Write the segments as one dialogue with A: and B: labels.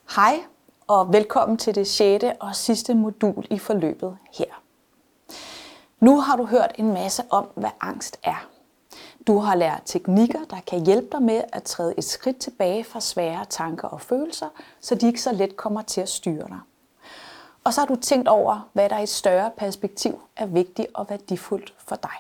A: Hej og velkommen til det 6. og sidste modul i forløbet her. Nu har du hørt en masse om, hvad angst er. Du har lært teknikker, der kan hjælpe dig med at træde et skridt tilbage fra svære tanker og følelser, så de ikke så let kommer til at styre dig. Og så har du tænkt over, hvad der i et større perspektiv er vigtigt og værdifuldt for dig.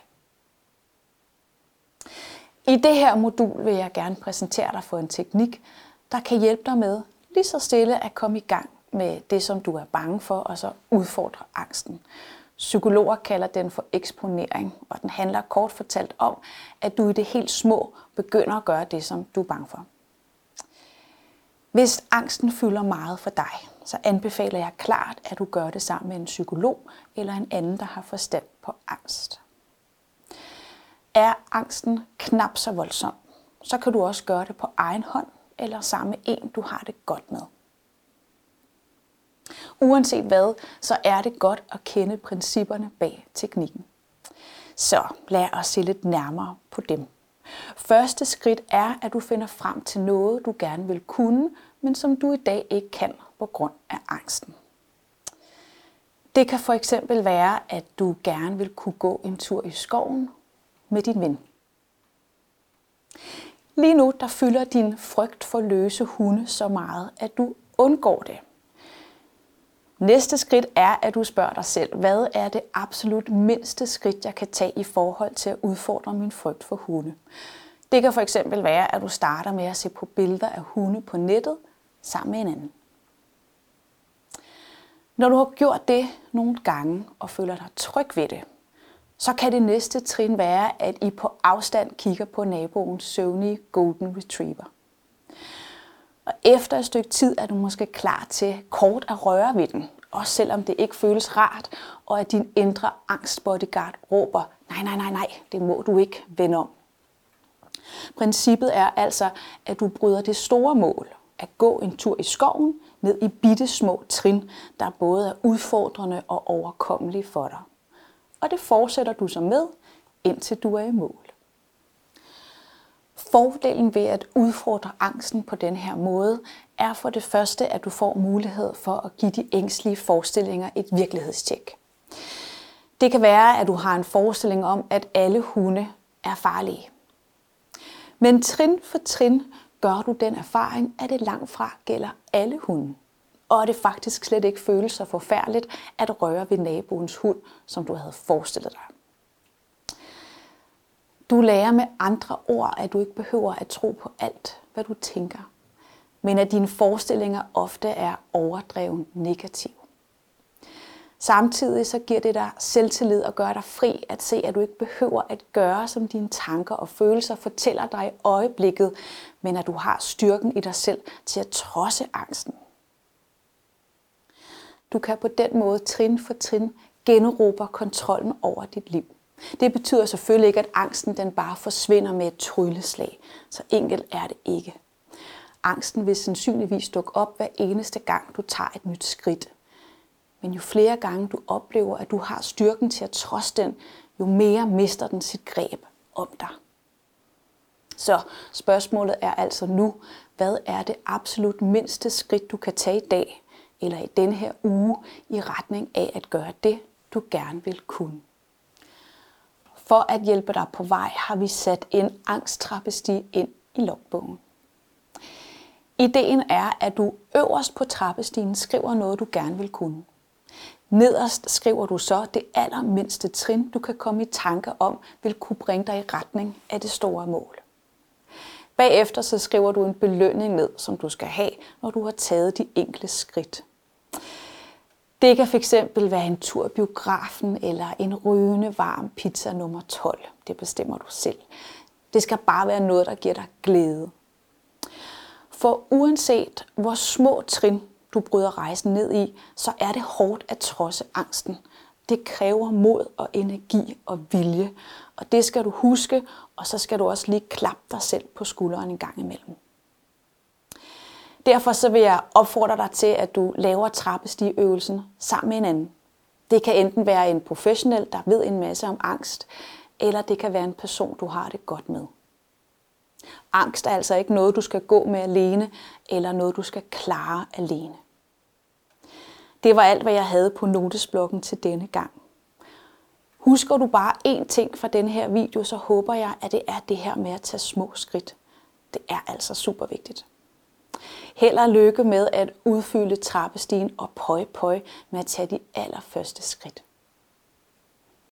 A: I det her modul vil jeg gerne præsentere dig for en teknik, der kan hjælpe dig med lige så stille at komme i gang med det, som du er bange for, og så udfordre angsten. Psykologer kalder den for eksponering, og den handler kort fortalt om, at du i det helt små begynder at gøre det, som du er bange for. Hvis angsten fylder meget for dig, så anbefaler jeg klart, at du gør det sammen med en psykolog eller en anden, der har forstand på angst. Er angsten knap så voldsom, så kan du også gøre det på egen hånd eller sammen med en, du har det godt med. Uanset hvad, så er det godt at kende principperne bag teknikken. Så lad os se lidt nærmere på dem. Første skridt er, at du finder frem til noget, du gerne vil kunne, men som du i dag ikke kan på grund af angsten. Det kan for eksempel være, at du gerne vil kunne gå en tur i skoven med din ven. Lige nu der fylder din frygt for løse hunde så meget, at du undgår det. Næste skridt er, at du spørger dig selv, hvad er det absolut mindste skridt, jeg kan tage i forhold til at udfordre min frygt for hunde. Det kan for eksempel være, at du starter med at se på billeder af hunde på nettet sammen med en anden. Når du har gjort det nogle gange og føler dig tryg ved det, så kan det næste trin være, at I på afstand kigger på naboens søvnige Golden Retriever. Og efter et stykke tid er du måske klar til kort at røre ved den, også selvom det ikke føles rart, og at din indre angstbodyguard råber, nej, det må du ikke vende om. Princippet er altså, at du bryder det store mål, at gå en tur i skoven, ned i bitte små trin, der både er udfordrende og overkommelige for dig. Og det fortsætter du så med, indtil du er i mål. Fordelen ved at udfordre angsten på den her måde, er for det første, at du får mulighed for at give de ængstlige forestillinger et virkelighedstjek. Det kan være, at du har en forestilling om, at alle hunde er farlige. Men trin for trin gør du den erfaring, at det langt fra gælder alle hunde. Og at det faktisk slet ikke føles så forfærdeligt at røre ved naboens hund, som du havde forestillet dig. Du lærer med andre ord, at du ikke behøver at tro på alt, hvad du tænker, men at dine forestillinger ofte er overdreven negative. Samtidig så giver det dig selvtillid og gør dig fri at se, at du ikke behøver at gøre, som dine tanker og følelser fortæller dig i øjeblikket, men at du har styrken i dig selv til at trodse angsten. Du kan på den måde trin for trin generobre kontrollen over dit liv. Det betyder selvfølgelig ikke, at angsten den bare forsvinder med et trylleslag. Så enkelt er det ikke. Angsten vil sandsynligvis dukke op hver eneste gang, du tager et nyt skridt. Men jo flere gange du oplever, at du har styrken til at trodse den, jo mere mister den sit greb om dig. Så spørgsmålet er altså nu, hvad er det absolut mindste skridt, du kan tage i dag, eller i denne her uge, i retning af at gøre det, du gerne vil kunne. For at hjælpe dig på vej, har vi sat en angsttrappestige ind i logbogen. Ideen er, at du øverst på trappestigen skriver noget, du gerne vil kunne. Nederst skriver du så det allermindste trin, du kan komme i tanke om, vil kunne bringe dig i retning af det store mål. Bagefter så skriver du en belønning ned, som du skal have, når du har taget de enkelte skridt. Det kan fx være en tur i biografen eller en rygende varm pizza nummer 12. Det bestemmer du selv. Det skal bare være noget, der giver dig glæde. For uanset hvor små trin du bryder rejsen ned i, så er det hårdt at trodse angsten. Det kræver mod og energi og vilje, og det skal du huske, og så skal du også lige klappe dig selv på skulderen en gang imellem. Derfor så vil jeg opfordre dig til, at du laver trappestigeøvelsen sammen med en anden. Det kan enten være en professionel, der ved en masse om angst, eller det kan være en person, du har det godt med. Angst er altså ikke noget, du skal gå med alene, eller noget, du skal klare alene. Det var alt, hvad jeg havde på notesblokken til denne gang. Husker du bare én ting fra denne her video, så håber jeg, at det er det her med at tage små skridt. Det er altså super vigtigt. Held og lykke med at udfylde trappestigen og pøj med at tage de allerførste skridt.